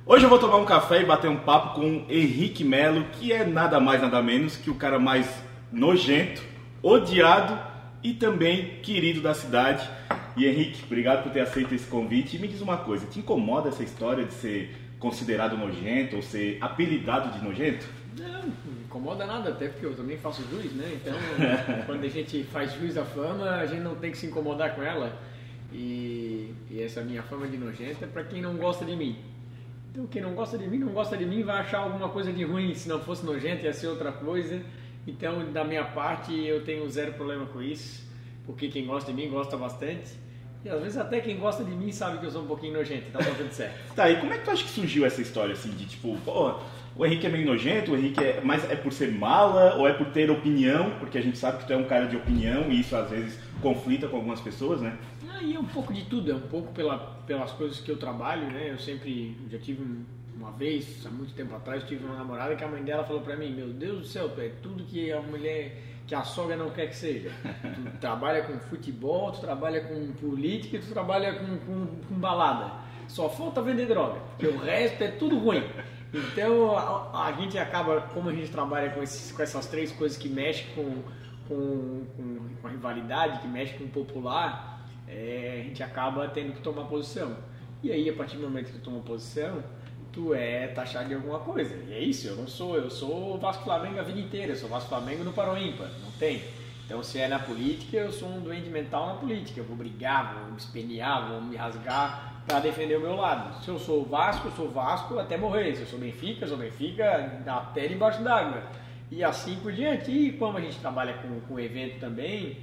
Hoje eu vou tomar um café e bater um papo com Henrique Melo, que é nada mais nada menos que o cara mais nojento, odiado e também querido da cidade. E Henrique, obrigado por ter aceito esse convite. E me diz uma coisa, te incomoda essa história de ser considerado nojento ou ser apelidado de nojento? Não incomoda nada, até porque eu também faço juiz, né? Então, quando a gente faz juiz da fama, a gente não tem que se incomodar com ela. E essa minha fama de nojento é pra quem não gosta de mim. Então, quem não gosta de mim, vai achar alguma coisa de ruim. Se não fosse nojento, ia ser outra coisa. Então, da minha parte, eu tenho zero problema com isso, porque quem gosta de mim gosta bastante. E às vezes até quem gosta de mim sabe que eu sou um pouquinho nojento, então tá tudo certo. Tá, e como é que tu acha que surgiu essa história assim, de tipo, pô, o Henrique é meio nojento, o Henrique mas é por ser mala ou é por ter opinião? Porque a gente sabe que tu é um cara de opinião e isso às vezes conflita com algumas pessoas, né? E é um pouco de tudo, é um pouco pelas coisas que eu trabalho, né? Eu já tive uma vez, há muito tempo atrás, eu tive uma namorada que a mãe dela falou pra mim: meu Deus do céu, tu é tudo que a mulher, que a sogra não quer que seja. Tu trabalha com futebol, tu trabalha com política, tu trabalha com balada. Só falta vender droga, porque o resto é tudo ruim. Então a gente acaba, como a gente trabalha com essas três coisas que mexem com a rivalidade, que mexem com o popular, a gente acaba tendo que tomar posição. E aí, a partir do momento que tu toma posição, tu é taxado de alguma coisa. E é isso, eu sou Vasco Flamengo a vida inteira, eu sou Vasco Flamengo no Paro Ímpar, não tem. Então, se é na política, eu sou um doente mental na política. Eu vou brigar, vou me espenear, vou me rasgar para defender o meu lado. Se eu sou Vasco, eu sou Vasco até morrer. Se eu sou Benfica até debaixo d'água. E assim por diante. E como a gente trabalha com evento também,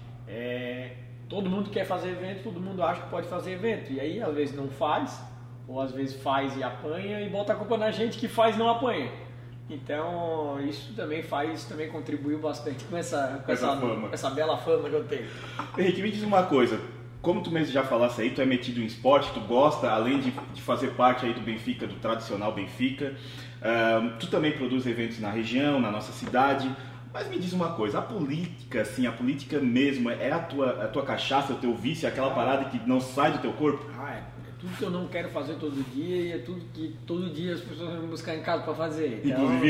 todo mundo quer fazer evento, todo mundo acha que pode fazer evento. E aí, às vezes, não faz, ou às vezes faz e apanha, e bota a culpa na gente que faz e não apanha. Então, isso também contribuiu bastante com essa bela fama que eu tenho. Henrique, me diz uma coisa, como tu mesmo já falasse aí, tu é metido em esporte, tu gosta, além de fazer parte aí do Benfica, do tradicional Benfica, tu também produz eventos na região, na nossa cidade. Mas me diz uma coisa, a política, assim, a política mesmo, é a tua cachaça, o teu vício, é aquela parada que não sai do teu corpo? É tudo que eu não quero fazer todo dia e é tudo que todo dia as pessoas vão me buscar em casa para fazer. Então, inclusive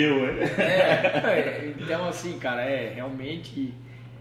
eu, então assim, cara, realmente...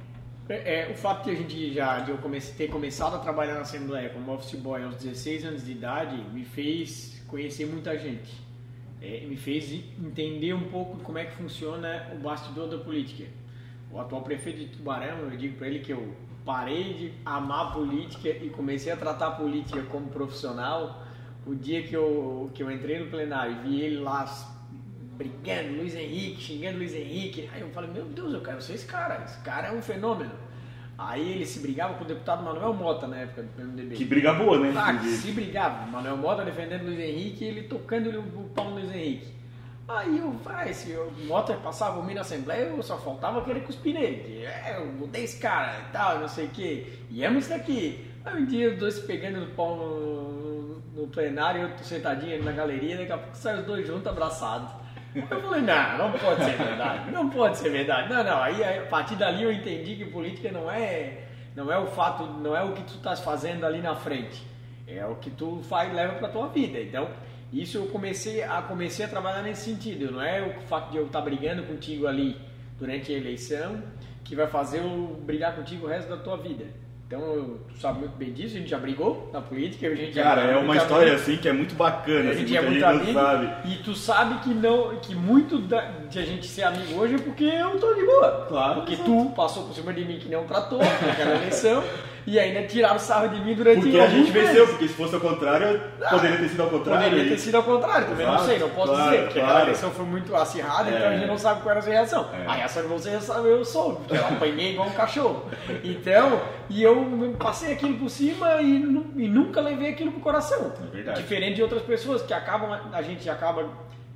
o fato de eu ter começado a trabalhar na Assembleia como office boy aos 16 anos de idade me fez conhecer muita gente. Me fez entender um pouco como é que funciona o bastidor da política. O atual prefeito de Tubarão, eu digo para ele que eu parei de amar a política e comecei a tratar a política como profissional o dia que eu entrei no plenário e vi ele lá brigando, Luiz Henrique, xingando Luiz Henrique. Aí eu falei, meu Deus, eu quero ser esse cara é um fenômeno. Aí ele se brigava com o deputado Manuel Mota na época do PMDB. Que briga boa, né? Se brigava. Manuel Mota defendendo Luiz Henrique e ele tocando o pau no Luiz Henrique. Aí se o Mota passava por mim na Assembleia, eu só faltava querer cuspir nele. Eu mudei esse cara e tal, não sei o quê. E isso daqui. Aí um dia os dois se pegando no pau no plenário, eu tô sentadinho ali na galeria, daqui a pouco saem os dois juntos abraçados. Eu falei, não pode ser verdade, não pode ser verdade. Não, aí a partir dali eu entendi que política não é o fato, não é o que tu estás fazendo ali na frente, é o que tu leva para tua vida. Então, isso eu comecei a trabalhar nesse sentido. Não é o fato de eu estar brigando contigo ali durante a eleição que vai fazer eu brigar contigo o resto da tua vida. Então, tu sabe muito bem disso, a gente já brigou na política. É uma história assim que é muito bacana, a gente é muito amigo, e tu sabe que muito de a gente ser amigo hoje é porque eu tô de boa. Claro. Porque tu passou por cima de mim que nem um trator naquela eleição e ainda tiraram sarro de mim durante porque a gente venceu, porque se fosse ao contrário, poderia ter sido ao contrário. Poderia ter sido ao contrário, também não sei, não posso dizer, porque aquela eleição foi muito acirrada, então a gente não sabe qual era a sua reação. A reação de vocês eu soube, porque eu apanhei igual um cachorro. Então, e eu passei aquilo por cima e nunca levei aquilo pro coração. É verdade. Diferente de outras pessoas que a gente acaba,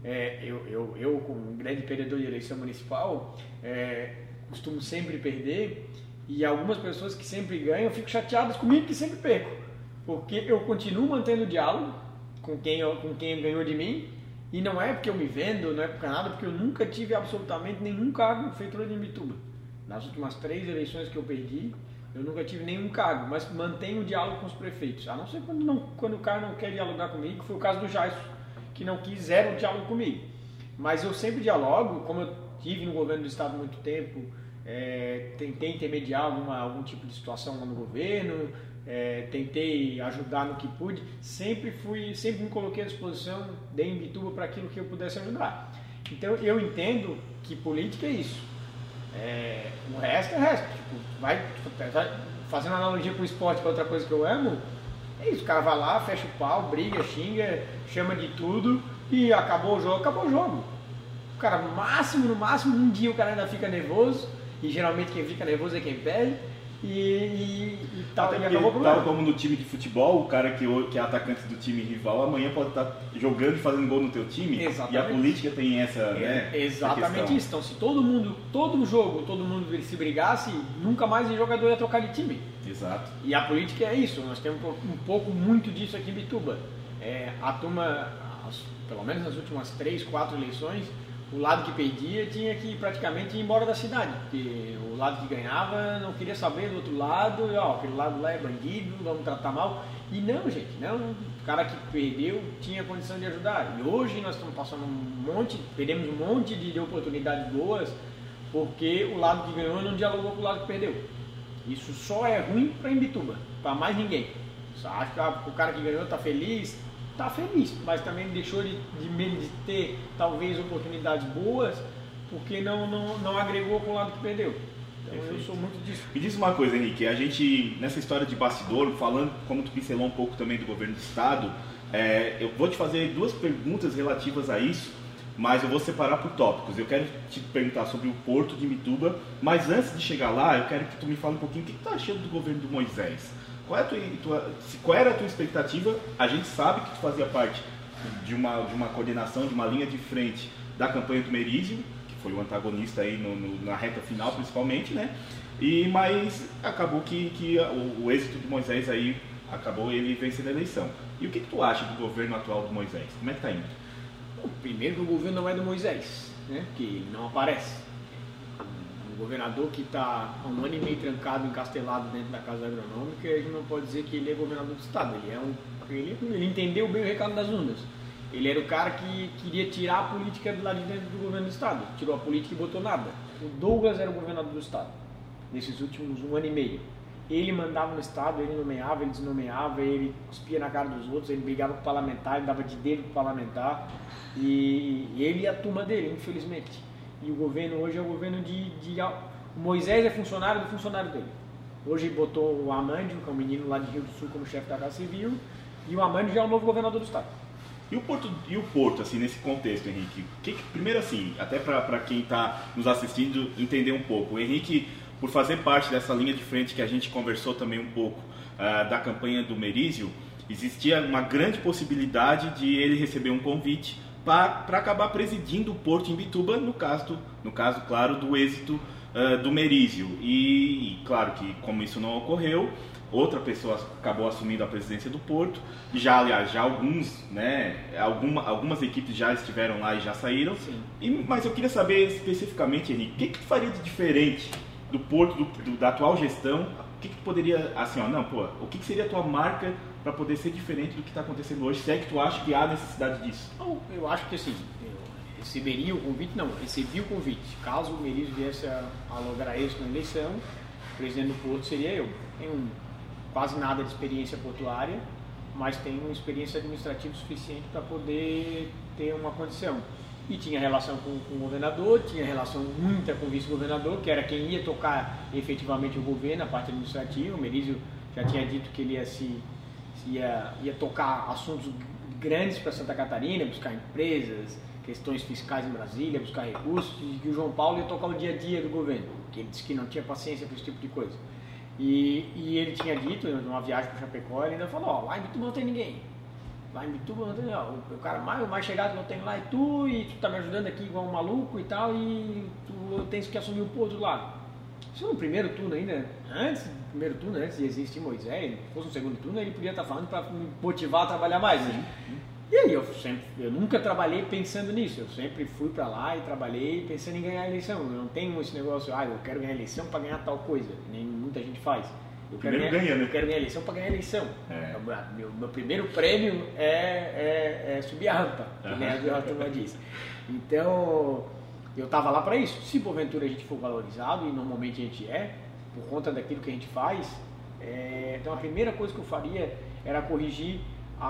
eu como um grande perdedor de eleição municipal, costumo sempre perder. E algumas pessoas que sempre ganham ficam chateadas comigo que sempre perco. Porque eu continuo mantendo o diálogo com quem ganhou de mim. E não é porque eu me vendo, não é por nada, porque eu nunca tive absolutamente nenhum cargo na Prefeitura de Imbituba. Nas últimas 3 eleições que eu perdi, eu nunca tive nenhum cargo, mas mantenho o diálogo com os prefeitos. A não ser quando o cara não quer dialogar comigo, que foi o caso do Jairson, que não quiseram diálogo comigo. Mas eu sempre dialogo, como eu tive no governo do estado há muito tempo, tentei intermediar algum tipo de situação lá no governo, tentei ajudar no que pude, sempre me coloquei à disposição de Imbituba para aquilo que eu pudesse ajudar. Então eu entendo que política é isso. O resto é resto. Vai fazendo analogia com o esporte, para outra coisa que eu amo, é isso. O cara vai lá, fecha o pau, briga, xinga, chama de tudo e acabou o jogo. O cara, no máximo, um dia o cara ainda fica nervoso, e geralmente quem fica nervoso é quem perde. E tal como no time de futebol, o cara que é atacante do time rival amanhã pode estar jogando e fazendo gol no teu time. Exatamente. E a política tem essa, né? Exatamente isso. Então, se todo jogo se brigasse, nunca mais o jogador ia trocar de time. Exato. E a política é isso. Nós temos um pouco muito disso aqui em Imbituba. A turma, pelo menos nas últimas 3, 4 eleições, o lado que perdia tinha que praticamente ir embora da cidade, porque o lado que ganhava não queria saber do outro lado, aquele lado lá é bandido, vamos tratar mal. E não, gente, não. O cara que perdeu tinha condição de ajudar. E hoje nós estamos passando perdemos um monte de oportunidades boas, porque o lado que ganhou não dialogou com o lado que perdeu. Isso só é ruim para Imbituba, para mais ninguém. Só acho que o cara que ganhou está feliz, mas também deixou de ter talvez oportunidades boas, porque não agregou com o lado que perdeu. Então eu sou muito disso. Me diz uma coisa, Henrique, a gente, nessa história de bastidor, falando, como tu pincelou um pouco também do governo do estado, eu vou te fazer 2 perguntas relativas a isso, mas eu vou separar por tópicos. Eu quero te perguntar sobre o Porto de Imbituba, mas antes de chegar lá, eu quero que tu me fale um pouquinho o que tu tá achando do governo do Moisés. Qual era a tua expectativa? A gente sabe que tu fazia parte de uma coordenação, de uma linha de frente da campanha do Merizio, que foi o antagonista aí na reta final principalmente, né? Mas acabou que o êxito do Moisés aí acabou ele vencendo a eleição. E o que tu acha do governo atual do Moisés? Como é que tá indo? Primeiro que o governo não é do Moisés, né? Que ele não aparece. O governador que está há 1 ano e meio trancado, encastelado dentro da Casa Agronômica, a gente não pode dizer que ele é governador do estado. Ele entendeu bem o recado das urnas. Ele era o cara que queria tirar a política lá de dentro do governo do estado. Tirou a política e botou nada. O Douglas era o governador do estado, nesses últimos 1 ano e meio. Ele mandava no estado, ele nomeava, ele desnomeava, ele cuspia na cara dos outros, ele brigava com o parlamentar, ele dava de dedo com o parlamentar. E ele e a turma dele, infelizmente. E o governo hoje é o governo o Moisés é funcionário do funcionário dele. Hoje botou o Amândio, que é um menino lá de Rio do Sul, como chefe da Casa Civil, e o Amândio já é o novo governador do estado. E o Porto, assim, nesse contexto, Henrique? Primeiro, assim, até para quem está nos assistindo entender um pouco, o Henrique, por fazer parte dessa linha de frente que a gente conversou também um pouco da campanha do Merizio, existia uma grande possibilidade de ele receber um convite para acabar presidindo o Porto em Imbituba, no caso, claro, do êxito do Merizio. E claro que, como isso não ocorreu, outra pessoa acabou assumindo a presidência do Porto. Aliás, algumas equipes já estiveram lá e já saíram. Mas eu queria saber especificamente, Henrique, o que tu faria de diferente do Porto, da atual gestão? O que tu poderia, assim, o que seria a tua marca para poder ser diferente do que está acontecendo hoje, se é que tu acha que há necessidade disso? Eu acho que assim, eu receberia o convite, recebi o convite. Caso o Merizio viesse a lograr isso na eleição, o presidente do Porto seria eu. Tenho quase nada de experiência portuária, mas tenho uma experiência administrativa suficiente para poder ter uma condição. E tinha relação com o governador, tinha relação muita com o vice-governador, que era quem ia tocar efetivamente o governo, a parte administrativa. O Merizio já tinha dito que ele ia tocar assuntos grandes para Santa Catarina, buscar empresas, questões fiscais em Brasília, buscar recursos, e que o João Paulo ia tocar o dia a dia do governo, que ele disse que não tinha paciência para esse tipo de coisa. E ele tinha dito, numa viagem para o Chapecó, ele ainda falou, lá em Imbituba não tem ninguém. Lá em Imbituba não tem ninguém. O cara mais chegado que eu tenho lá é tu, e tu tá me ajudando aqui igual um maluco e tal, e tu tens que assumir o Porto lá. Isso é no primeiro turno ainda, antes de existir Moisés, se fosse no segundo turno, ele podia estar falando para me motivar a trabalhar mais, né? E aí eu nunca trabalhei pensando nisso, eu sempre fui para lá e trabalhei pensando em ganhar a eleição. Eu não tenho esse negócio, eu quero ganhar a eleição para ganhar tal coisa, nem muita gente faz. O primeiro ganha, né? Eu quero ganhar a eleição para ganhar a eleição. Meu primeiro prêmio é subir a rampa, que a turma diz. Então, eu estava lá para isso. Se porventura a gente for valorizado, e normalmente a gente é, por conta daquilo que a gente faz, então a primeira coisa que eu faria era corrigir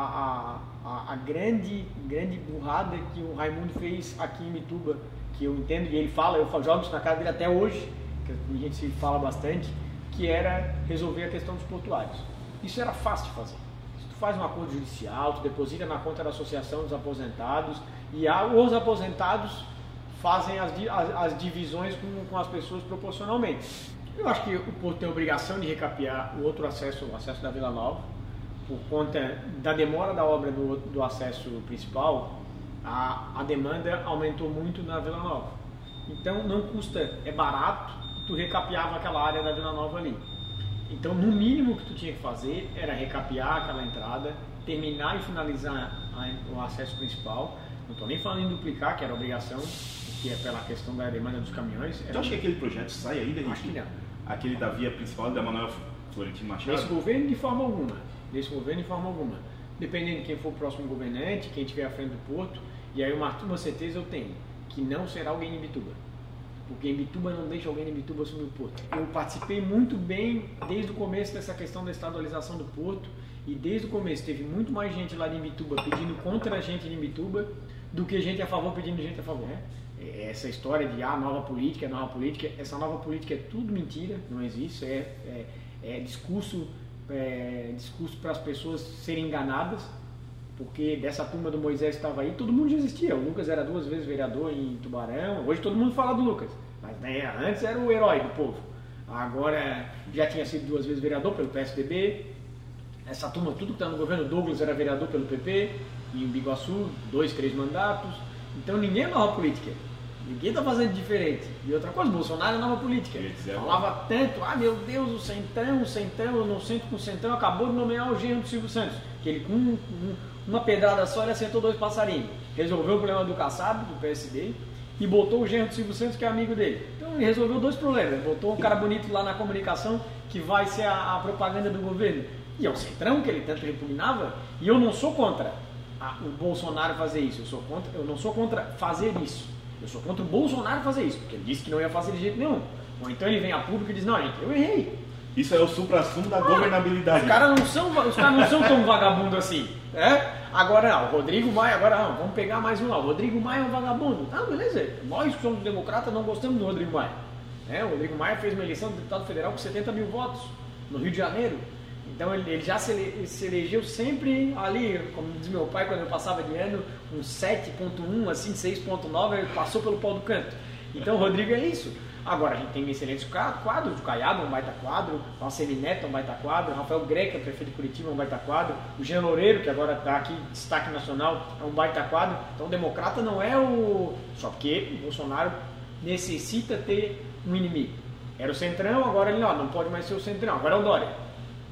a grande burrada que o Raimundo fez aqui em Mituba, que eu entendo, e ele fala, eu jogo isso na cara dele até hoje, que a gente se fala bastante, que era resolver a questão dos portuários. Isso era fácil de fazer. Tu faz um acordo judicial, tu deposita na conta da Associação dos Aposentados, e os aposentados fazem as divisões com as pessoas proporcionalmente. Eu acho que o Porto tem a obrigação de recapear o outro acesso, o acesso da Vila Nova, por conta da demora da obra do acesso principal. A demanda aumentou muito na Vila Nova. Então não custa, é barato, tu recapeava aquela área da Vila Nova ali. Então no mínimo que tu tinha que fazer era recapear aquela entrada, terminar e finalizar o acesso principal. Não estou nem falando em duplicar, que era obrigação, que é pela questão da demanda dos caminhões. Tu acha que aquele projeto sai ainda, Henrique? Acho que não. Aquele da via principal da Manuel Florentino Machado? Nesse governo, de forma alguma. Dependendo de quem for o próximo governante, quem estiver à frente do Porto, e aí uma certeza eu tenho, que não será alguém em Bituba. Porque em Bituba não deixa alguém em Bituba assumir o Porto. Eu participei muito bem desde o começo dessa questão da estadualização do Porto, e desde o começo teve muito mais gente lá de Bituba pedindo contra a gente de Bituba do que gente a favor pedindo gente a favor. Essa história de nova política, essa nova política é tudo mentira, não existe, é discurso para as pessoas serem enganadas, porque dessa turma do Moisés que estava aí, todo mundo já existia. O Lucas era 2 vezes vereador em Tubarão, hoje todo mundo fala do Lucas, mas antes era o herói do povo. Agora já tinha sido 2 vezes vereador pelo PSDB, essa turma, tudo que está no governo, Douglas era vereador pelo PP, em Biguaçu, 2, 3 mandatos, então ninguém é nova política. Ninguém está fazendo diferente. E outra coisa, Bolsonaro é nova política. Falava tanto, meu Deus, o Centrão, eu não sento com o Centrão, acabou de nomear o genro do Silvio Santos. Que ele com uma pedrada só, ele acertou 2 passarinhos. Resolveu o problema do Kassab, do PSD, e botou o genro do Silvio Santos, que é amigo dele. Então ele resolveu 2 problemas. Ele botou um cara bonito lá na comunicação, que vai ser a propaganda do governo. E é o Centrão, que ele tanto repugnava, e eu não sou contra o Bolsonaro fazer isso. Eu não sou contra fazer isso. Eu sou contra o Bolsonaro fazer isso, porque ele disse que não ia fazer de jeito nenhum. Ou então ele vem a público e diz, não, gente, eu errei. Isso é o supra-sumo da governabilidade. Os caras não são tão vagabundos assim. Agora não, o Rodrigo Maia, vamos pegar mais um lá. O Rodrigo Maia é um vagabundo. Beleza, nós que somos democratas não gostamos do Rodrigo Maia. O Rodrigo Maia fez uma eleição de deputado federal com 70 mil votos no Rio de Janeiro. Então ele já se elegeu sempre ali, como diz meu pai, quando eu passava de ano, um 7.1, assim, 6.9, ele passou pelo pau do canto. Então o Rodrigo é isso. Agora a gente tem excelentes quadros, o Caiado é um baita quadro, o Alcemi Neto é um baita quadro, o Rafael Greca, prefeito de Curitiba, é um baita quadro, o Jean Loureiro, que agora está aqui, destaque nacional, é um baita quadro. Então o democrata não é o... Só que o Bolsonaro necessita ter um inimigo. Era o Centrão, agora ele não pode mais ser o Centrão, agora é o Dória.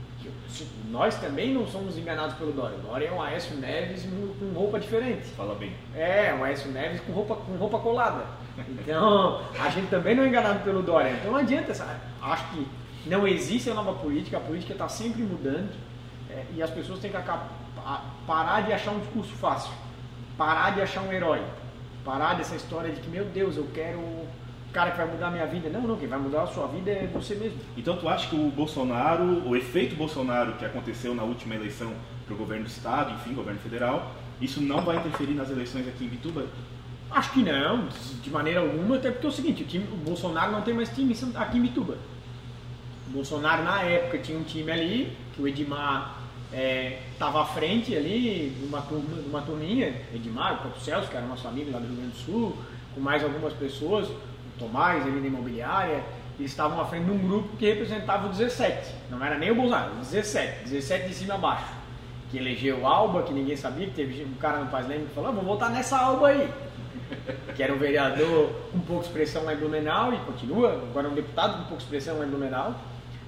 Nós também não somos enganados pelo Dória. O Dória é um Aécio Neves com roupa diferente. Fala bem. Um Aécio Neves com roupa colada. Então, a gente também não é enganado pelo Dória. Então não adianta, sabe? Acho que não existe a nova política, a política está sempre mudando, e as pessoas têm que parar de achar um discurso fácil, parar de achar um herói, parar dessa história de que, meu Deus, eu quero o cara que vai mudar a minha vida. Não, quem vai mudar a sua vida é você mesmo. Então tu acha que o efeito Bolsonaro que aconteceu na última eleição para o governo do estado, enfim, governo federal, isso não vai interferir nas eleições aqui em Bituba? Acho que não, de maneira alguma, até porque é o seguinte, o Bolsonaro não tem mais time aqui em Bituba. O Bolsonaro na época tinha um time ali, que o Edmar estava à frente ali, uma turminha, Edmar, o próprio Celso, que era nosso amigo lá do Rio Grande do Sul, com mais algumas pessoas, Tomás, ele na imobiliária, eles estavam à frente de um grupo que representava o 17, não era nem o Bolsonaro, o 17 de cima a baixo, que elegeu o Alba, que ninguém sabia, que teve um cara no Paz Leme que falou, vou votar nessa Alba aí, que era um vereador com pouca expressão lá em Blumenau, e continua, agora é um deputado com pouca expressão lá em Blumenau,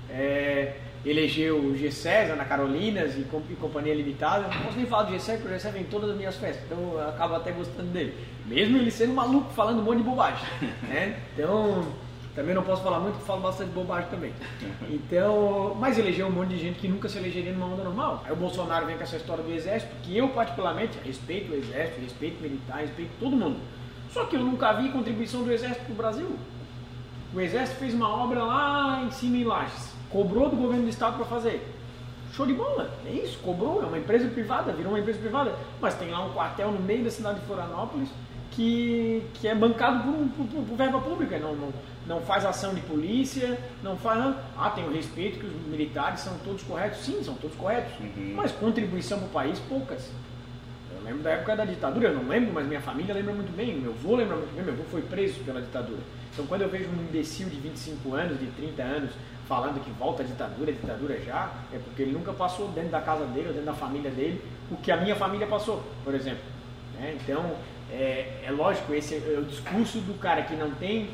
elegeu o G. César na Carolinas e Companhia Limitada. Não posso nem falar do G. César, porque o G. César vem em todas as minhas festas, então eu acabo até gostando dele, mesmo ele sendo maluco, falando um monte de bobagem, né? Então Também não posso falar muito, porque falo bastante bobagem também. Então, mas elegeu um monte de gente que nunca se elegeria numa onda normal. Aí o Bolsonaro vem com essa história do exército, que eu particularmente respeito o exército, respeito o militar, respeito todo mundo. Só que eu nunca vi contribuição do exército pro Brasil. O exército fez uma obra lá em cima em Lages, cobrou do governo do estado para fazer. Show de bola, é isso, cobrou, é uma empresa privada, virou uma empresa privada, mas tem lá um quartel no meio da cidade de Florianópolis que é bancado por verba pública, não faz ação de polícia, não faz... tem o respeito que os militares são todos corretos, sim, são todos corretos, mas contribuição para o país, poucas. Eu lembro da época da ditadura, eu não lembro, mas minha família lembra muito bem, meu avô lembra muito bem, meu avô foi preso pela ditadura. Então quando eu vejo um imbecil de 25 anos, de 30 anos, falando que volta a ditadura já, é porque ele nunca passou dentro da casa dele ou dentro da família dele o que a minha família passou, por exemplo. Então, é lógico, esse é o discurso do cara que não tem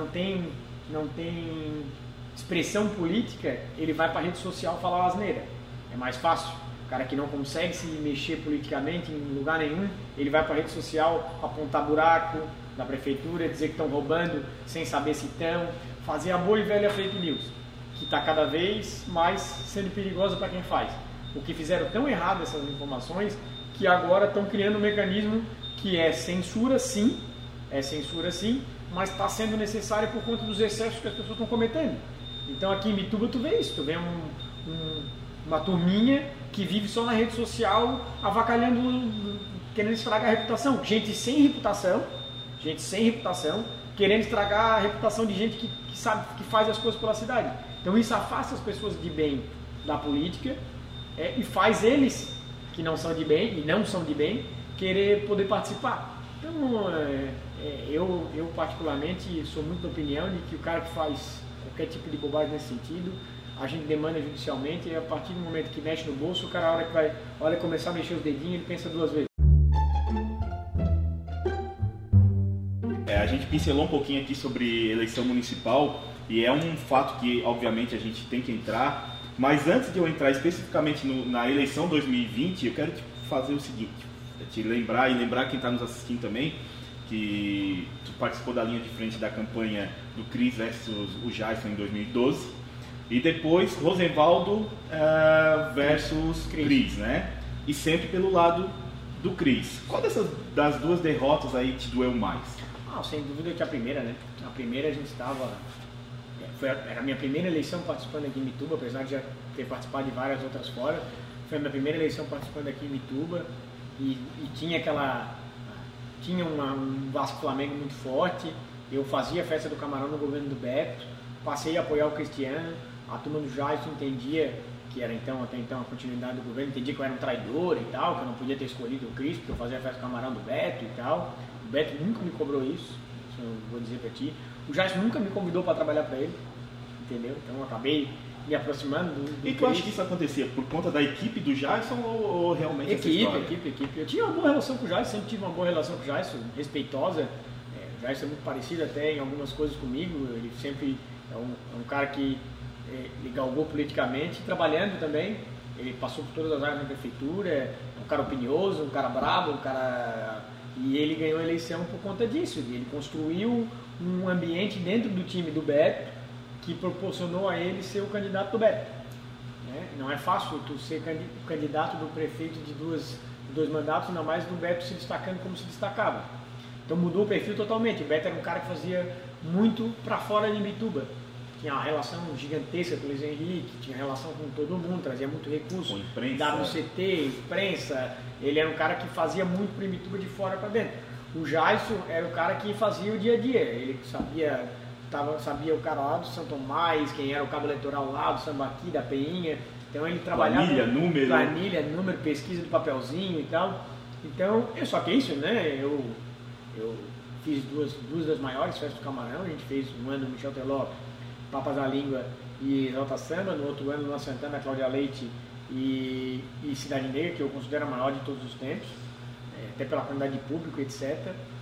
expressão política, ele vai para a rede social falar asneira. É mais fácil. O cara que não consegue se mexer politicamente em lugar nenhum, ele vai para a rede social apontar buraco da prefeitura, dizer que estão roubando sem saber se estão, fazer a boa e velha fake news, que está cada vez mais sendo perigosa para quem faz. O que fizeram tão errado essas informações, que agora estão criando um mecanismo que é censura sim, mas está sendo necessário por conta dos excessos que as pessoas estão cometendo. Então aqui em Mituba tu vê isso, tu vê uma turminha que vive só na rede social, avacalhando, querendo estragar a reputação. Gente sem reputação, querendo estragar a reputação de gente que sabe, que faz as coisas pela cidade. Então isso afasta as pessoas de bem da política e faz eles, que não são de bem, querer poder participar. Então eu particularmente sou muito da opinião de que o cara que faz qualquer tipo de bobagem nesse sentido, a gente demanda judicialmente, e a partir do momento que mexe no bolso, o cara, a hora que começar a mexer os dedinhos, ele pensa duas vezes. A gente pincelou um pouquinho aqui sobre eleição municipal, e é um fato que obviamente a gente tem que entrar, mas antes de eu entrar especificamente na eleição 2020, eu quero te fazer o seguinte, te lembrar, e lembrar quem está nos assistindo também, que tu participou da linha de frente da campanha do Cris versus o Jason em 2012, e depois Rosenvaldo versus Cris, né? E sempre pelo lado do Cris. Qual das duas derrotas aí te doeu mais? Sem dúvida que a primeira, né? A primeira a gente estava... Era a minha primeira eleição participando aqui em Mituba, apesar de já ter participado de várias outras fora. Foi a minha primeira eleição participando aqui em Mituba e tinha um Vasco Flamengo muito forte. Eu fazia a festa do camarão no governo do Beto, passei a apoiar o Cristiano, a turma do Jason entendia que era até então a continuidade do governo, entendia que eu era um traidor e tal, que eu não podia ter escolhido o Cris, porque eu fazia a festa do camarão do Beto e tal. O Beto nunca me cobrou isso eu vou dizer pra ti. O Jason nunca me convidou para trabalhar para ele, entendeu? Então eu acabei me aproximando do E tu acha que isso acontecia por conta da equipe do Jason ou realmente Equipe. Eu tinha uma boa relação com o Jason, sempre tive uma boa relação com o Jason, respeitosa. O Jason é muito parecido até em algumas coisas comigo. Ele sempre é um cara que ele galgou politicamente, trabalhando também. Ele passou por todas as áreas da prefeitura, é um cara opinioso, um cara bravo, e ele ganhou a eleição por conta disso. Ele construiu um ambiente dentro do time do Beto que proporcionou a ele ser o candidato do Beto. Não é fácil tu ser candidato do prefeito de dois mandatos, ainda mais do Beto se destacando como se destacava. Então mudou o perfil totalmente. O Beto era um cara que fazia muito para fora de Mituba. Tinha uma relação gigantesca com o Luiz Henrique, tinha relação com todo mundo, trazia muito recurso, com imprensa. WCT, imprensa. Ele era um cara que fazia muito para Mituba de fora para dentro. O Jason era o cara que fazia o dia a dia. Ele sabia o cara lá do Santo Tomás, quem era o cabo eleitoral lá do Sambaqui, da Peinha. Então ele trabalhava planilha, número, pesquisa do papelzinho e tal. Então, só que isso, né? Eu fiz duas das maiores festas do Camarão. A gente fez um ano Michel Teló, Papas da Língua e Exalta Samba. No outro ano Luan Santana, Cláudia Leite e Cidade Negra, que eu considero a maior de todos os tempos, até pela quantidade de público, etc.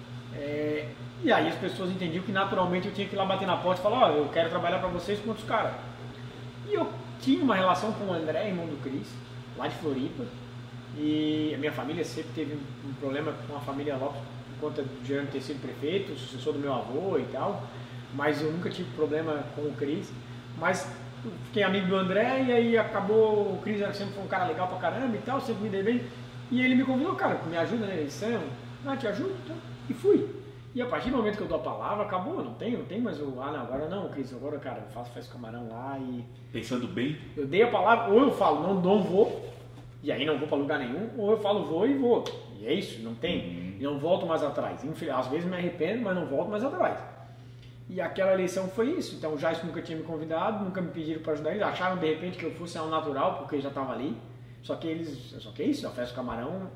E aí as pessoas entendiam que naturalmente eu tinha que ir lá bater na porta e falar: eu quero trabalhar para vocês com outros caras. E eu tinha uma relação com o André, irmão do Cris, lá de Floripa, e a minha família sempre teve um problema com a família Lopes por conta do Gerando ter sido prefeito, sucessor do meu avô e tal. mas eu nunca tive problema com o Cris. Mas fiquei amigo do André e aí acabou, o Cris sempre foi um cara legal pra caramba e tal, sempre me dei bem. E ele me convidou, cara, me ajuda na eleição, te ajudo, então, e fui. E a partir do momento que eu dou a palavra, acabou, não tem mais o, não, agora não, Cris, agora, cara, eu faço camarão lá e... Pensando bem? Eu dei a palavra, ou eu falo, não vou, e aí não vou pra lugar nenhum, ou eu falo, vou e vou. E é isso, não tem, não volto mais atrás. Às vezes me arrependo, mas não volto mais atrás. E aquela eleição foi isso, então o Jairson nunca tinha me convidado, nunca me pediram para ajudar, eles acharam de repente que eu fosse ao natural, porque eu já estava ali. Só que é isso, a festa do camarão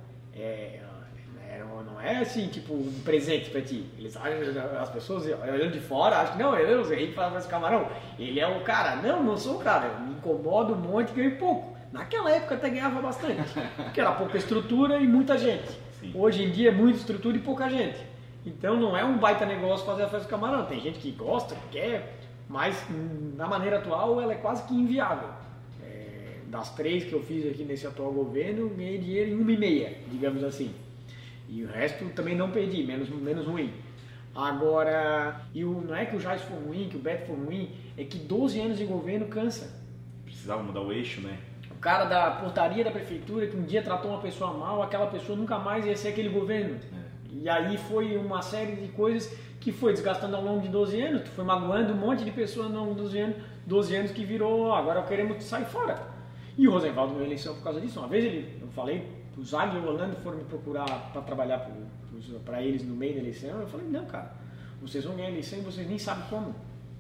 não é assim, tipo, um presente pra ti. Eles acham, as pessoas olhando de fora, acham que não, eu sei que faz festa do camarão. Ele é o cara. Não sou o cara, eu me incomodo um monte e ganho pouco. Naquela época até ganhava bastante, porque era pouca estrutura e muita gente. Sim. Hoje em dia é muita estrutura e pouca gente. Então não é um baita negócio fazer a festa do camarão. Tem gente que gosta, que quer, mas na maneira atual ela é quase que inviável. Das 3 que eu fiz aqui nesse atual governo, ganhei dinheiro em 1,5, digamos assim. E o resto também não perdi, menos ruim. Agora, não é que o Jairson for ruim, que o Beto for ruim, é que 12 anos de governo cansa. Precisava mudar o eixo, né? O cara da portaria da prefeitura que um dia tratou uma pessoa mal, aquela pessoa nunca mais ia ser aquele governo. E aí foi uma série de coisas que foi desgastando ao longo de 12 anos, que foi magoando um monte de pessoas ao longo de 12 anos que virou, agora queremos sair fora. E o Rosenvaldo ganhou a eleição por causa disso. Uma vez eu falei, o Zag e o Orlando foram me procurar para trabalhar para eles no meio da eleição. Eu falei, não, cara, vocês vão ganhar a eleição e vocês nem sabem como.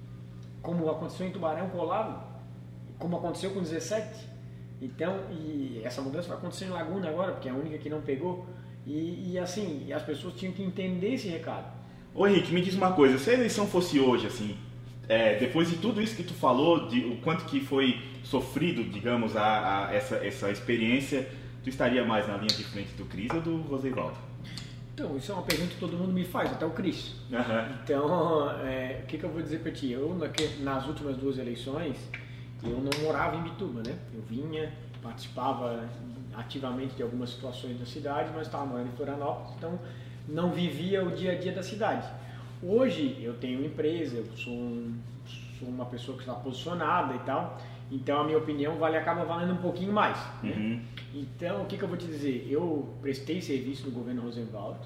Como aconteceu em Tubarão com o Olavo, como aconteceu com 17. Então, e essa mudança vai acontecer em Laguna agora, porque é a única que não pegou. E assim, as pessoas tinham que entender esse recado. Ô Henrique, me diz uma coisa, se a eleição fosse hoje, assim, depois de tudo isso que tu falou, o quanto que foi sofrido, digamos, essa experiência, tu estaria mais na linha de frente do Cris ou do Rosenvaldo? Então, isso é uma pergunta que todo mundo me faz, até o Cris. Uhum. Então, o que eu vou dizer para ti? Eu, nas últimas 2 eleições, eu não morava em Bituba, né? Eu vinha, participava ativamente de algumas situações da cidade, mas estava morando em Florianópolis, então não vivia o dia a dia da cidade. Hoje eu tenho uma empresa, eu sou uma pessoa que está posicionada e tal, então a minha opinião acaba valendo um pouquinho mais. Né? Uhum. Então o que eu vou te dizer? Eu prestei serviço no governo Rosenvaldo.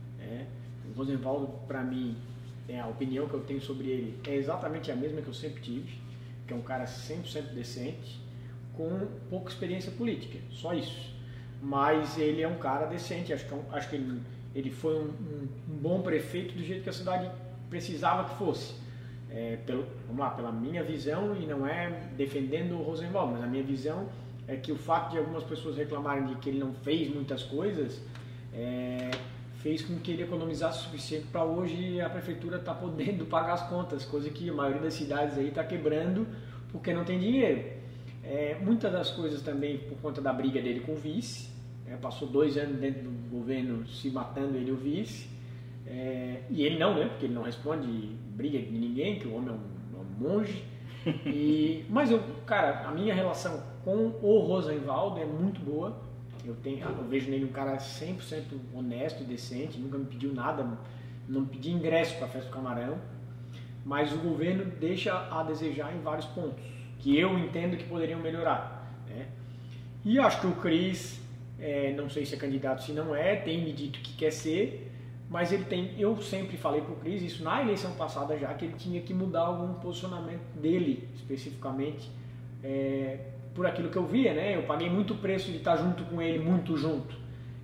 O Rosenvaldo, para mim, a opinião que eu tenho sobre ele é exatamente a mesma que eu sempre tive, que é um cara 100% decente, com pouca experiência política, só isso. Mas ele é um cara decente, acho que ele foi um bom prefeito do jeito que a cidade precisava que fosse. Vamos lá, pela minha visão, e não é defendendo o Rosenvaldo, mas a minha visão é que o fato de algumas pessoas reclamarem de que ele não fez muitas coisas, fez com que ele economizasse o suficiente para hoje a prefeitura estar podendo pagar as contas, coisa que a maioria das cidades aí está quebrando porque não tem dinheiro. Muitas das coisas também por conta da briga dele com o vice, passou 2 anos dentro do governo se matando ele e o vice, e ele não, né, porque ele não responde briga de ninguém, que o homem é um monge. Mas cara, a minha relação com o Rosenvaldo é muito boa. Eu vejo nele um cara 100% honesto e decente, nunca me pediu nada, não pedi ingresso para a festa do camarão, mas o governo deixa a desejar em vários pontos que eu entendo que poderiam melhorar, né? E acho que o Cris, não sei se é candidato, se não tem me dito que quer ser, mas eu sempre falei para o Cris, isso na eleição passada já, que ele tinha que mudar algum posicionamento dele, especificamente, por aquilo que eu via, né? Eu paguei muito preço de estar junto com ele, muito junto.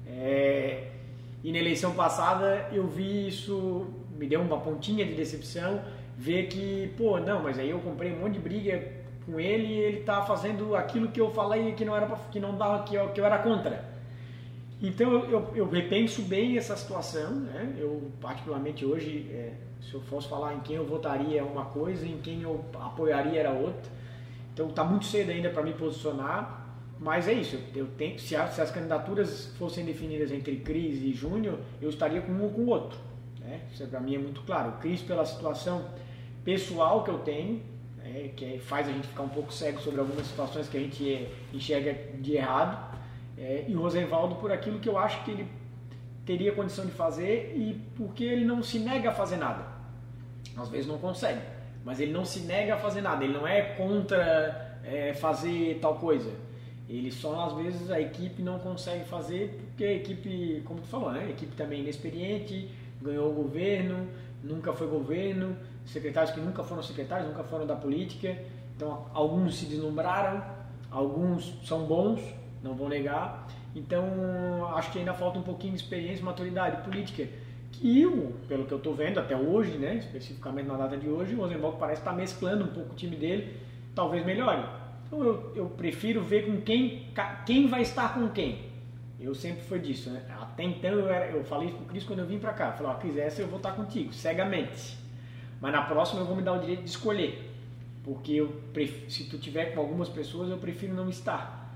E na eleição passada eu vi isso, me deu uma pontinha de decepção, ver que, mas aí eu comprei um monte de briga com ele e ele tá fazendo aquilo que eu falei que eu era contra. Então eu repenso bem essa situação, né? Eu particularmente hoje, se eu fosse falar em quem eu votaria é uma coisa, em quem eu apoiaria era outra. Então tá muito cedo ainda para me posicionar, mas é isso. Se as candidaturas fossem definidas entre Cris e Júnior, eu estaria com um ou com o outro, né? Isso para mim é muito claro. O Cris pela situação pessoal que eu tenho, que faz a gente ficar um pouco cego sobre algumas situações que a gente enxerga de errado, e o Rosenvaldo por aquilo que eu acho que ele teria condição de fazer e porque ele não se nega a fazer nada. às vezes não consegue, mas ele não se nega a fazer nada, ele não é contra fazer tal coisa. Ele só, às vezes, a equipe não consegue fazer porque a equipe, como tu falou, né? A equipe também é inexperiente, ganhou o governo, nunca foi governo, secretários que nunca foram secretários, nunca foram da política. Então, alguns se deslumbraram, alguns são bons, não vou negar. Então, acho que ainda falta um pouquinho de experiência e maturidade política. Que, pelo que eu estou vendo até hoje, né? Especificamente na data de hoje, o Rosenwald parece estar mesclando um pouco o time dele, talvez melhore. Então eu prefiro ver com quem vai estar com quem. Eu sempre fui disso, né? Até então eu falei isso pro Cris quando eu vim pra cá. Eu falei, Cris, essa eu vou estar contigo, cegamente. Mas na próxima eu vou me dar o direito de escolher. Porque se tu tiver com algumas pessoas, eu prefiro não estar.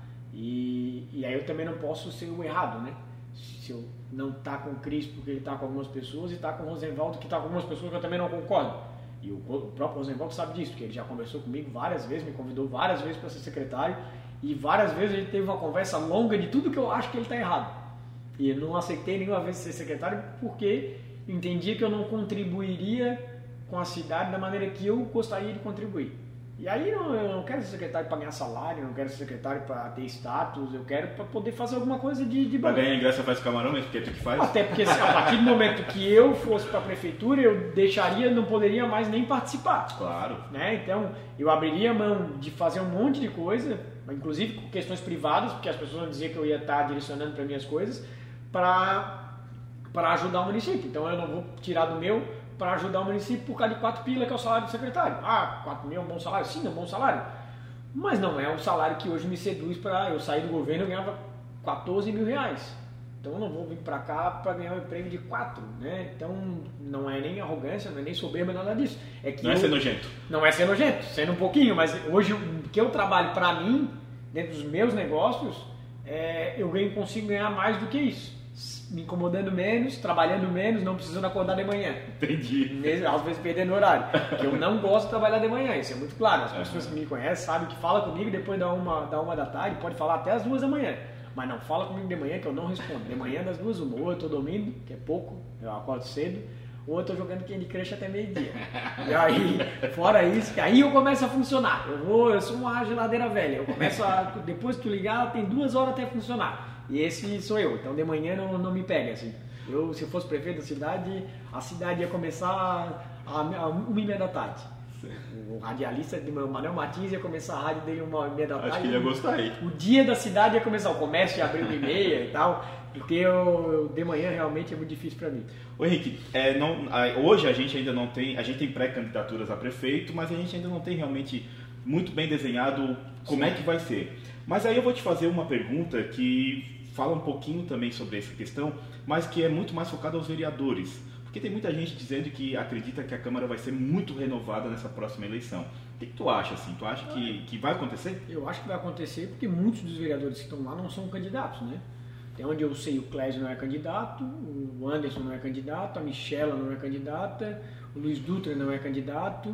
E aí eu também não posso ser o errado, né? Se eu não estar com o Cris porque ele está com algumas pessoas e estar com o Rosenwald que está com algumas pessoas que eu também não concordo. E o próprio Rosenwald sabe disso, porque ele já conversou comigo várias vezes, me convidou várias vezes para ser secretário e várias vezes a gente teve uma conversa longa de tudo que eu acho que ele está errado. E eu não aceitei nenhuma vez ser secretário porque entendia que eu não contribuiria com a cidade da maneira que eu gostaria de contribuir. E aí eu não quero ser secretário para ganhar salário, não quero ser secretário para ter status, eu quero para poder fazer alguma coisa de para ganhar ingresso faz camarão, mas porque é tu que faz? Até porque a partir do momento que eu fosse para a prefeitura, eu não poderia mais nem participar. Claro. Né? Então eu abriria mão de fazer um monte de coisa, inclusive com questões privadas, porque as pessoas vão dizer que eu ia estar direcionando para minhas coisas, para ajudar o município. Então eu não vou tirar do meu para ajudar o município por causa de 4 pila, que é o salário do secretário. 4 mil é um bom salário? Sim, é um bom salário. Mas não é um salário que hoje me seduz para eu sair do governo e ganhava 14 mil reais. Então eu não vou vir para cá para ganhar um emprego de 4, né? Então não é nem arrogância, não é nem soberba, nada disso. É que não é ser nojento. Não é ser nojento, sendo um pouquinho, mas hoje o que eu trabalho para mim, dentro dos meus negócios, eu consigo ganhar mais do que isso. Me incomodando menos, trabalhando menos, não precisando acordar de manhã. Entendi. Às vezes perdendo horário. Porque eu não gosto de trabalhar de manhã, isso é muito claro. As pessoas que me conhecem sabem que fala comigo depois da 1 da tarde, pode falar até as 2 da manhã. Mas não fala comigo de manhã que eu não respondo. De manhã das 2, ou eu tô dormindo, que é pouco, eu acordo cedo, ou eu tô jogando Candy Crush até meio-dia. E aí, fora isso, que aí eu começo a funcionar. Eu sou uma geladeira velha. Eu começo depois que tu ligar, tem 2 horas até funcionar. E esse sou eu, então de manhã não me pega, assim. Se eu fosse prefeito da cidade, a cidade ia começar a 1h30 da tarde. O radialista de Manuel Martins ia começar a rádio dele 1h30 da tarde. Acho que ele ia gostar aí. O dia da cidade ia começar, o comércio ia abrir 1h30 e tal, porque de manhã realmente é muito difícil para mim. Ô Henrique, hoje a gente ainda não tem, a gente tem pré-candidaturas a prefeito, mas a gente ainda não tem realmente muito bem desenhado como é que vai ser. Mas aí eu vou te fazer uma pergunta que fala um pouquinho também sobre essa questão, mas que é muito mais focada aos vereadores. Porque tem muita gente dizendo que acredita que a Câmara vai ser muito renovada nessa próxima eleição. O que tu acha, assim? Tu acha que vai acontecer? Eu acho que vai acontecer porque muitos dos vereadores que estão lá não são candidatos, né? Até onde eu sei, o Clésio não é candidato, o Anderson não é candidato, a Michela não é candidata, o Luiz Dutra não é candidato,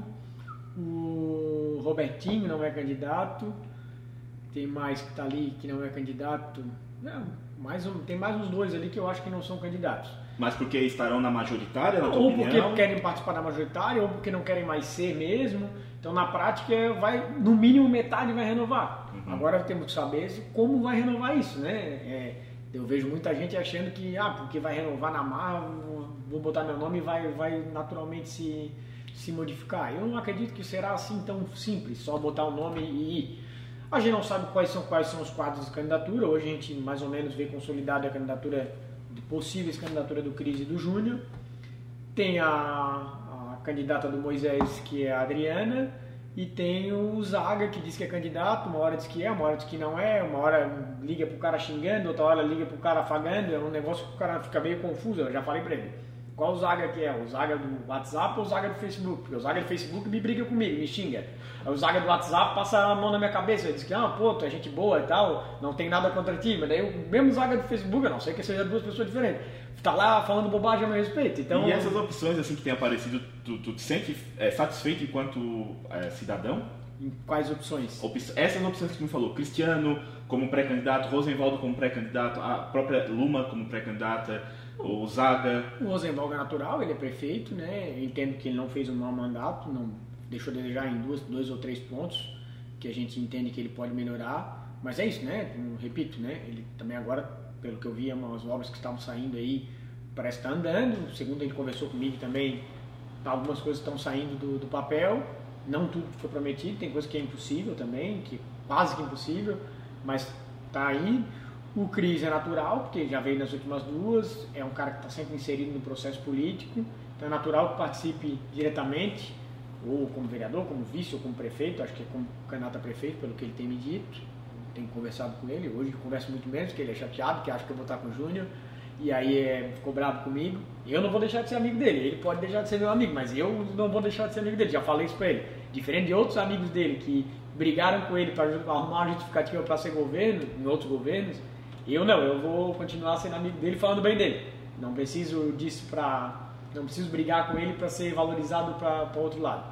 o Robertinho não é candidato, tem mais que está ali que não é candidato. Não, tem mais uns 2 ali que eu acho que não são candidatos. Mas porque estarão na majoritária, na tua ou opinião? Ou porque querem participar da majoritária, ou porque não querem mais ser mesmo. Então, na prática, no mínimo metade vai renovar. Uhum. Agora temos que saber como vai renovar isso, né? Eu vejo muita gente achando que, porque vai renovar na marra, vou botar meu nome e vai naturalmente se modificar. Eu não acredito que será assim tão simples, só botar o nome e ir. A gente não sabe quais são os quadros de candidatura. Hoje a gente mais ou menos vê consolidada a candidatura, possíveis candidatura do Cris e do Júnior. Tem a candidata do Moisés, que é a Adriana, e tem o Zaga, que diz que é candidato, uma hora diz que é, uma hora diz que não é, uma hora liga pro cara xingando, outra hora liga pro cara afagando, é um negócio que o cara fica meio confuso. Eu já falei pra ele, qual o Zaga que é? O Zaga do WhatsApp ou o Zaga do Facebook? Porque o Zaga do Facebook me briga comigo, me xinga. O Zaga do WhatsApp passa a mão na minha cabeça, ele diz que, tu é gente boa e tal, não tem nada contra ti, mas daí o mesmo Zaga do Facebook, eu não sei que seja 2 pessoas diferentes, tá lá falando bobagem a meu respeito. Então, e essas opções assim que tem aparecido, tu te sente satisfeito enquanto cidadão? Em quais opções? Essas opções que tu me falou, Cristiano como pré-candidato, Rosenwald como pré-candidato, a própria Luma como pré-candidata, O Zaga? O Rosenberg é natural, ele é prefeito, né? Eu entendo que ele não fez um mau mandato, não deixou de desejar em dois ou três pontos que a gente entende que ele pode melhorar, mas é isso, né? Como repito, né? Ele também agora, pelo que eu vi, umas obras que estavam saindo aí, parece que está andando. Segundo ele conversou comigo também, algumas coisas estão saindo do papel, não tudo foi prometido, tem coisa que é impossível também, que quase que impossível, mas está aí. O Cris é natural, porque já veio nas últimas duas, é um cara que está sempre inserido no processo político, então é natural que participe diretamente, ou como vereador, como vice, ou como prefeito, acho que é como candidato a prefeito, pelo que ele tem me dito, tenho conversado com ele, hoje eu converso muito menos, porque ele é chateado, que acha que eu vou estar com o Júnior, e aí ficou bravo comigo. Eu não vou deixar de ser amigo dele, ele pode deixar de ser meu amigo, mas eu não vou deixar de ser amigo dele, já falei isso pra ele. Diferente de outros amigos dele que brigaram com ele para arrumar uma justificativa para ser governo, em outros governos, eu não, eu vou continuar sendo amigo dele, falando bem dele. Não preciso disso não preciso brigar com ele para ser valorizado para outro lado.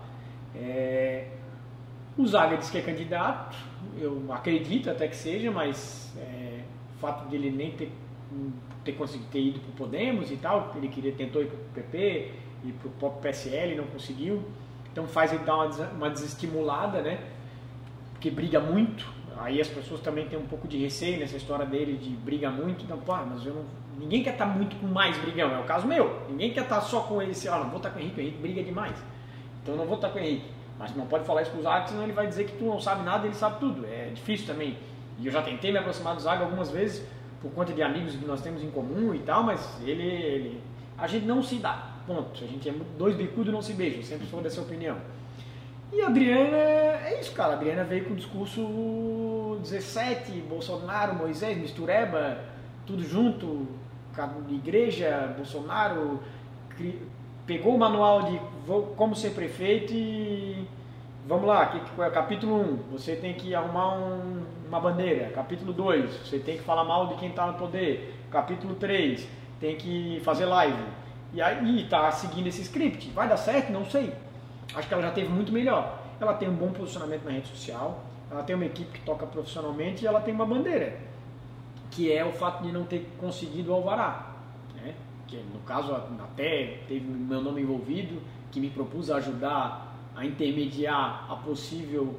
O Zaga diz que é candidato, eu acredito até que seja, mas o fato de ele nem ter conseguido ter ido para o Podemos e tal, ele tentou ir para o PP e para o próprio PSL, não conseguiu, então faz ele dar uma desestimulada, né? Porque briga muito. Aí as pessoas também têm um pouco de receio nessa história dele de briga muito, então, pô, mas ninguém quer estar muito com mais brigão, é o caso meu, ninguém quer estar só com esse, não vou estar com o Henrique briga demais, então eu não vou estar com o Henrique, mas não pode falar isso com o Zaga, senão ele vai dizer que tu não sabe nada, ele sabe tudo, é difícil também, e eu já tentei me aproximar do Zaga algumas vezes, por conta de amigos que nós temos em comum e tal, mas a gente não se dá, ponto, a gente é dois bicudos não se beijam, sempre sou dessa opinião. E a Adriana, é isso, cara. A Adriana veio com o discurso 17, Bolsonaro, Moisés, mistureba, tudo junto, igreja, Bolsonaro, pegou o manual de como ser prefeito e vamos lá, capítulo 1, você tem que arrumar uma bandeira, capítulo 2, você tem que falar mal de quem está no poder, capítulo 3, tem que fazer live, e aí tá seguindo esse script, vai dar certo? Não sei. Acho que ela já teve muito melhor. Ela tem um bom posicionamento na rede social, ela tem uma equipe que toca profissionalmente e ela tem uma bandeira, que é o fato de não ter conseguido o alvará, né? Que no caso até teve meu nome envolvido, que me propus ajudar a intermediar um possível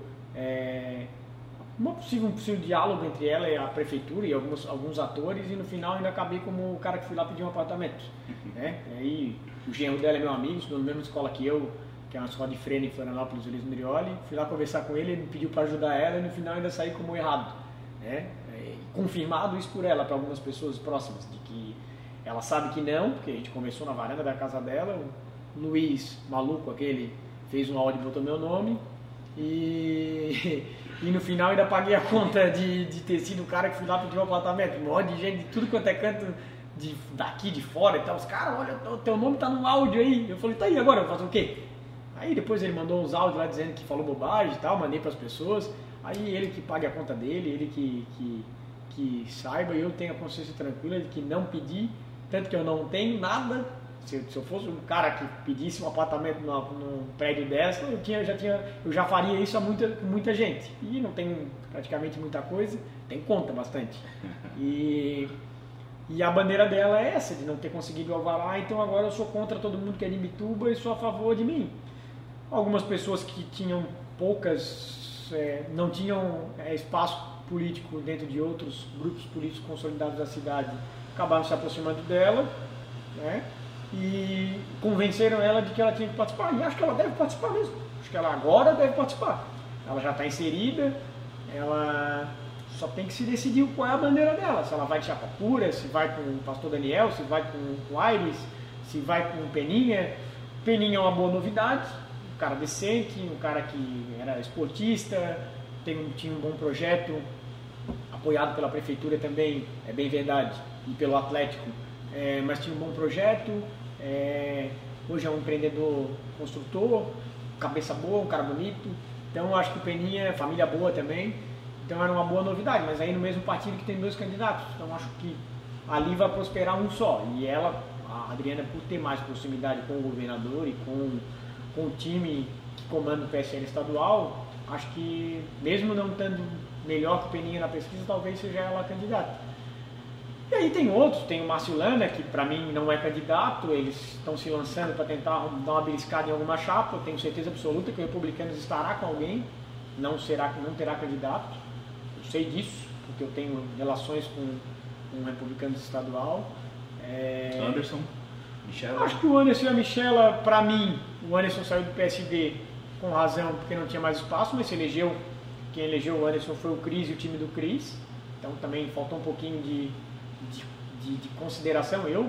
diálogo entre ela e a prefeitura e alguns atores, e no final ainda acabei como o cara que fui lá pedir um apartamento, né? E aí o genro dela é meu amigo, estudou na mesma escola que eu, que é uma escola de freio em Florianópolis, Ulisses Mirioli. Fui lá conversar com ele, ele me pediu para ajudar ela e no final ainda saí como errado, né? Confirmado isso por ela, para algumas pessoas próximas, de que ela sabe que não, porque a gente conversou na varanda da casa dela, o Luiz, maluco aquele, fez um áudio e botou meu nome e no final ainda paguei a conta de ter sido o cara que fui lá pedir um apartamento, um monte de gente de tudo quanto é canto, daqui, de fora e tal, os caras, olha, teu nome tá no áudio aí. Eu falei, tá aí, agora eu vou fazer o quê? Aí depois ele mandou uns áudios lá dizendo que falou bobagem e tal, mandei para as pessoas. Aí ele que pague a conta dele, ele que saiba, e eu tenho a consciência tranquila de que não pedi, tanto que eu não tenho nada. Se eu fosse um cara que pedisse um apartamento num prédio dessa, eu já faria isso com muita gente. E não tenho praticamente muita coisa, tem conta bastante. E a bandeira dela é essa, de não ter conseguido o alvará, então agora eu sou contra todo mundo que é de Imbituba e sou a favor de mim. Algumas pessoas que tinham não tinham espaço político dentro de outros grupos políticos consolidados da cidade, acabaram se aproximando dela, né? E convenceram ela de que ela tinha que participar, e acho que ela deve participar mesmo, acho que ela agora deve participar, ela já está inserida, ela só tem que se decidir qual é a bandeira dela, se ela vai de chapa pura, se vai com o pastor Daniel, se vai com o Aires, se vai com o Peninha. Peninha é uma boa novidade, um cara decente, um cara que era esportista, tinha um bom projeto, apoiado pela prefeitura também, é bem verdade, e pelo Atlético, mas tinha um bom projeto, hoje é um empreendedor construtor, cabeça boa, um cara bonito, então acho que o Peninha, família boa também, então era uma boa novidade, mas aí no mesmo partido que tem dois candidatos, então acho que ali vai prosperar um só, e ela, a Adriana, por ter mais proximidade com o governador e com o time que comanda o PSL estadual, acho que mesmo não estando melhor que o Peninha na pesquisa, talvez seja ela a candidata. E aí tem outros, tem o Márcio Lana, que para mim não é candidato, eles estão se lançando para tentar dar uma beliscada em alguma chapa. Eu tenho certeza absoluta que o Republicanos estará com alguém, não terá candidato. Eu sei disso, porque eu tenho relações com um Republicanos estadual. Anderson, Michela? Acho que o Anderson e a Michela, para mim, o Anderson saiu do PSD com razão, porque não tinha mais espaço, mas quem elegeu o Anderson foi o Cris e o time do Cris. Então também faltou um pouquinho de consideração. Eu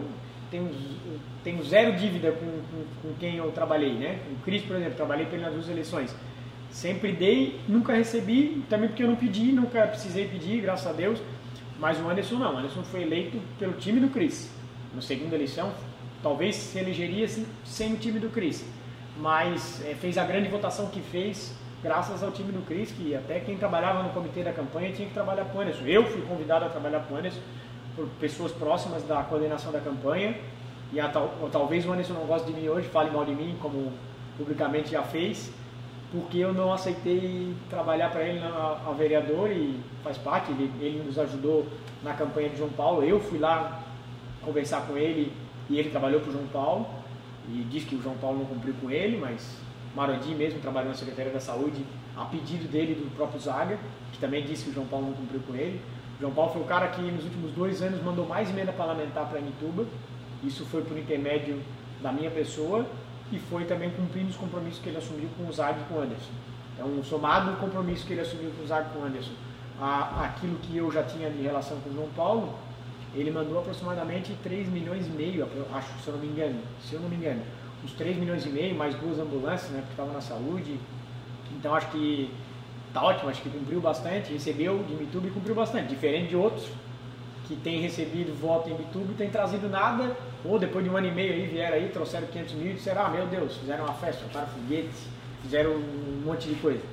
tenho zero dívida com quem eu trabalhei, né? O Cris, por exemplo, trabalhei para ele nas 2 eleições. Sempre dei, nunca recebi, também porque eu não pedi, nunca precisei pedir, graças a Deus. Mas o Anderson não. O Anderson foi eleito pelo time do Cris. Na segunda eleição, talvez se elegeria sem o time do Cris. Mas fez a grande votação que fez graças ao time do Cris, que até quem trabalhava no comitê da campanha tinha que trabalhar com o Anderson. Eu fui convidado a trabalhar com o Anderson por pessoas próximas da coordenação da campanha, e talvez o Anderson não goste de mim hoje, fale mal de mim, como publicamente já fez, porque eu não aceitei trabalhar para ele a vereador, e faz parte, ele nos ajudou na campanha de João Paulo. Eu fui lá conversar com ele e ele trabalhou para o João Paulo e disse que o João Paulo não cumpriu com ele, mas Marodi mesmo trabalhou na Secretaria da Saúde a pedido dele, do próprio Zaga, que também disse que o João Paulo não cumpriu com ele. O João Paulo foi o cara que nos últimos 2 anos mandou mais emenda parlamentar para a Imbituba. Isso foi por intermédio da minha pessoa e foi também cumprindo os compromissos que ele assumiu com o Zaga e com o Anderson. Então, somado o compromisso que ele assumiu com o Zaga e com o Anderson, aquilo que eu já tinha de relação com o João Paulo, ele mandou aproximadamente 3,5 milhões, acho, se eu não me engano. Uns 3,5 milhões, mais 2 ambulâncias, né, porque estavam na saúde. Então, acho que tá ótimo, acho que cumpriu bastante, recebeu de Imbituba e cumpriu bastante, diferente de outros que têm recebido voto em Imbituba e têm trazido nada, ou depois de 1 ano e meio aí vieram aí, trouxeram 500 mil e disseram, meu Deus, fizeram uma festa, soltaram foguetes, fizeram um monte de coisa.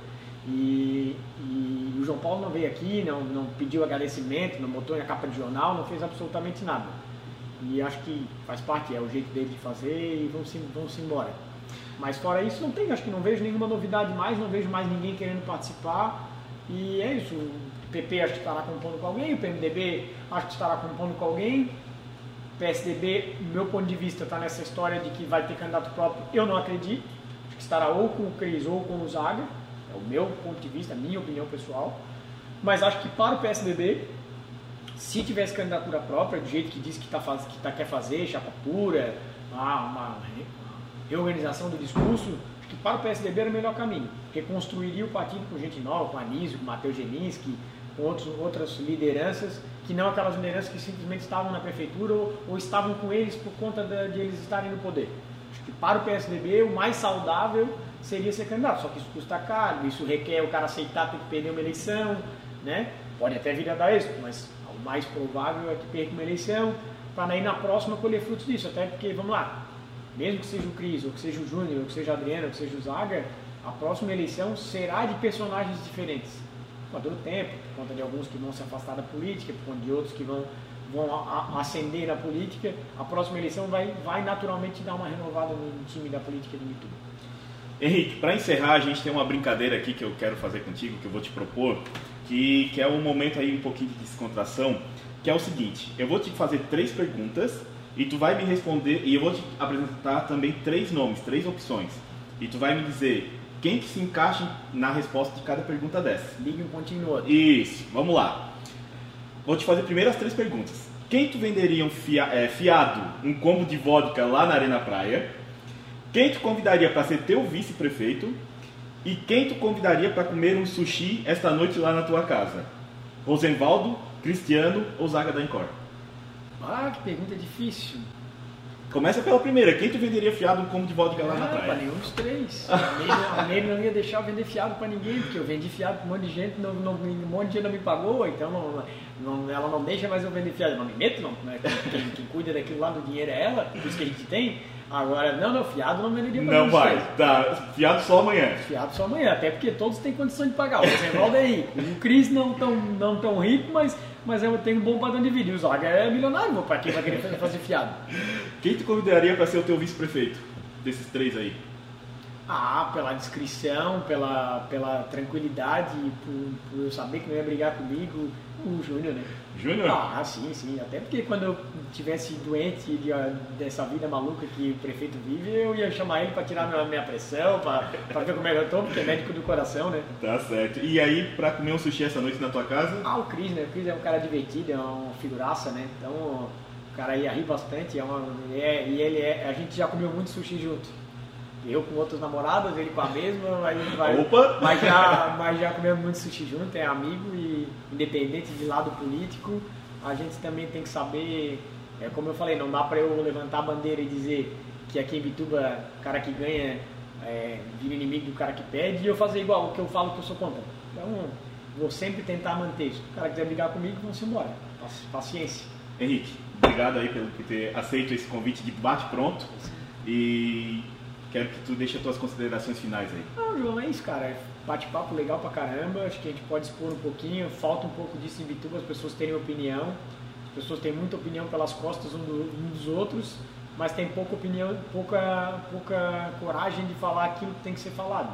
E o João Paulo não veio aqui, não pediu agradecimento, não botou na capa de jornal, não fez absolutamente nada. E acho que faz parte, é o jeito dele de fazer e vamos embora. Mas fora isso, acho que não vejo nenhuma novidade mais, não vejo mais ninguém querendo participar. E é isso, o PP acho que estará compondo com alguém, o PMDB acho que estará compondo com alguém. O PSDB, do meu ponto de vista, está nessa história de que vai ter candidato próprio, eu não acredito. Acho que estará ou com o Cris ou com o Zaga, é o meu ponto de vista, a minha opinião pessoal. Mas acho que para o PSDB, se tivesse candidatura própria, do jeito que diz que quer fazer, chapa pura, uma reorganização do discurso, acho que para o PSDB era o melhor caminho, porque construiria o partido com gente nova, com Anísio, com Matheus Geninski, com outras lideranças, que não aquelas lideranças que simplesmente estavam na prefeitura ou estavam com eles por conta de eles estarem no poder. Acho que para o PSDB o mais saudável seria ser candidato, só que isso custa caro, isso requer o cara aceitar ter que perder uma eleição, né? Pode até vir a dar êxito, mas o mais provável é que perca uma eleição, para ir na próxima colher frutos disso, até porque, vamos lá, mesmo que seja o Cris, ou que seja o Júnior, ou que seja a Adriana, ou que seja o Zaga, a próxima eleição será de personagens diferentes. Com todo o tempo, por conta de alguns que vão se afastar da política, por conta de outros que vão ascender na política, a próxima eleição vai naturalmente dar uma renovada no time da política de Imbituba. Henrique, para encerrar, a gente tem uma brincadeira aqui que eu quero fazer contigo, que eu vou te propor, que é um momento aí um pouquinho de descontração, que é o seguinte: eu vou te fazer 3 perguntas e tu vai me responder, e eu vou te apresentar também 3 nomes, 3 opções, e tu vai me dizer quem que se encaixa na resposta de cada pergunta dessa. Ligue um pontinho no outro. Isso, vamos lá. Vou te fazer primeiro as 3 perguntas. Quem tu venderia fiado um combo de vodka lá na Arena Praia? Quem tu convidaria para ser teu vice-prefeito? E quem tu convidaria para comer um sushi esta noite lá na tua casa? Rosenvaldo, Cristiano ou Zaga da Encore? Ah, que pergunta difícil. Começa pela primeira. Quem tu venderia fiado um combo de vodka lá na praia? Para nenhum dos 3. A Nele não ia deixar eu vender fiado para ninguém, porque eu vendi fiado para um monte de gente, um monte de gente não me pagou, então ela não deixa mais eu vender fiado. Eu não me meto, não. Né? Quem cuida daquilo lá do dinheiro é ela, por isso que a gente tem. Agora, não, fiado não venderia para ninguém. Não vai, tá. Fiado só amanhã. Fiado só amanhã, até porque todos têm condição de pagar. O Rosenvaldo é rico, o Cris não tão rico, mas eu tenho um bom padrão de vida. E o Zaga é milionário, para quem vai querer fazer fiado? Quem tu convidaria para ser o teu vice-prefeito? Desses 3 aí. Pela discrição, pela tranquilidade, por eu saber que não ia brigar comigo, o Júnior, né? Júnior? Sim. Até porque quando eu tivesse doente dessa vida maluca que o prefeito vive, eu ia chamar ele para tirar minha pressão, para ver como é que eu tô, porque é médico do coração, né? Tá certo. E aí, para comer um sushi essa noite na tua casa? O Cris, né? O Cris é um cara divertido, é uma figuraça, né? Então, o cara ia rir bastante, a gente já comeu muito sushi junto. Eu com outras namoradas, ele com a mesma, aí vai. Opa! Mas já comemos muito sushi junto, é amigo e independente de lado político, a gente também tem que saber, como eu falei, não dá pra eu levantar a bandeira e dizer que aqui em Bituba o cara que ganha vira inimigo do cara que pede e eu fazer igual o que eu falo que eu sou contra. Então, vou sempre tentar manter isso. Se o cara quiser brigar comigo, vamos embora. Paciência. Henrique, obrigado aí por ter aceito esse convite de bate-pronto e quero que tu deixe as tuas considerações finais aí. João, é isso, cara. Bate-papo legal pra caramba. Acho que a gente pode expor um pouquinho. Falta um pouco disso em Bituba, as pessoas terem opinião. As pessoas têm muita opinião pelas costas um dos outros, mas tem pouca opinião, pouca coragem de falar aquilo que tem que ser falado.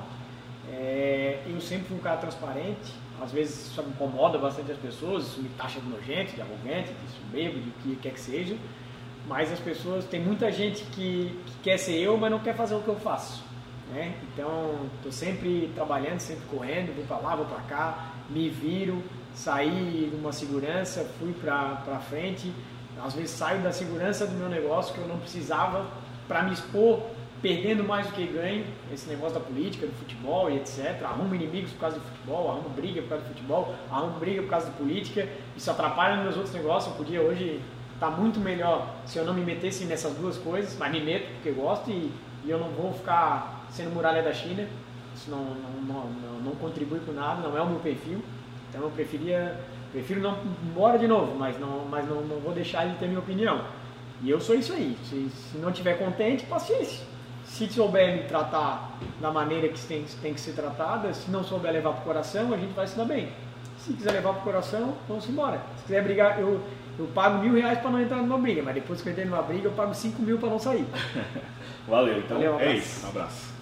Eu sempre fui um cara transparente. Às vezes isso me incomoda bastante as pessoas. Isso me taxa de nojento, de arrogante, de soberbo, de o que quer que seja. Mas as pessoas, tem muita gente que quer ser eu, mas não quer fazer o que eu faço, né? Então, estou sempre trabalhando, sempre correndo, vou para lá, vou para cá, me viro, saí de uma segurança, fui para frente, às vezes saio da segurança do meu negócio que eu não precisava para me expor, perdendo mais do que ganho, esse negócio da política, do futebol e etc. Arrumo inimigos por causa do futebol, arrumo briga por causa do futebol, arrumo briga por causa da política, isso atrapalha nos meus outros negócios. Eu podia hoje tá muito melhor se eu não me metesse nessas duas coisas, mas me meto porque eu gosto e eu não vou ficar sendo muralha da China. Isso não contribui com nada, não é o meu perfil. Então eu prefiro não ir embora de novo, mas não vou deixar ele ter minha opinião. E eu sou isso aí. Se não estiver contente, paciência. Se souber me tratar da maneira que tem que ser tratada, se não souber levar pro coração, a gente vai se dar bem. Se quiser levar pro coração, vamos embora. Se quiser brigar, eu pago R$1.000 para não entrar numa briga, mas depois que eu entrei numa briga, eu pago 5.000 para não sair. Valeu, então Valeu, é isso. Um abraço.